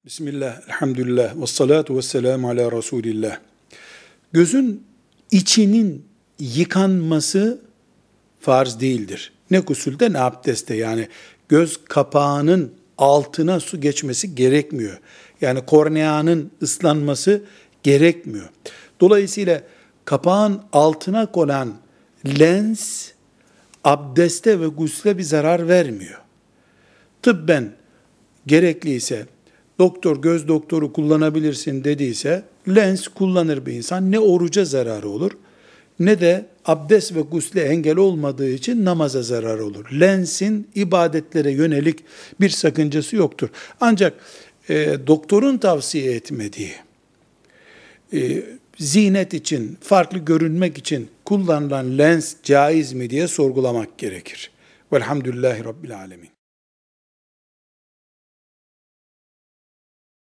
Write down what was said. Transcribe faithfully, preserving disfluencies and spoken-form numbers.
Bismillah, elhamdülillah, ve salatu ve selamu ala Resulillah. Gözün içinin yıkanması farz değildir. Ne gusülde ne abdestte, yani göz kapağının altına su geçmesi gerekmiyor. Yani korneanın ıslanması gerekmiyor. Dolayısıyla kapağın altına konan lens abdeste ve gusle bir zarar vermiyor. Tıbben gerekliyse, doktor göz doktoru kullanabilirsin dediyse, lens kullanır bir insan. Ne oruca zararı olur, ne de abdest ve gusle engel olmadığı için namaza zararı olur. Lensin ibadetlere yönelik bir sakıncası yoktur. Ancak e, doktorun tavsiye etmediği, e, zinet için, farklı görünmek için kullanılan lens caiz mi diye sorgulamak gerekir. Velhamdülillahi Rabbil Alemin.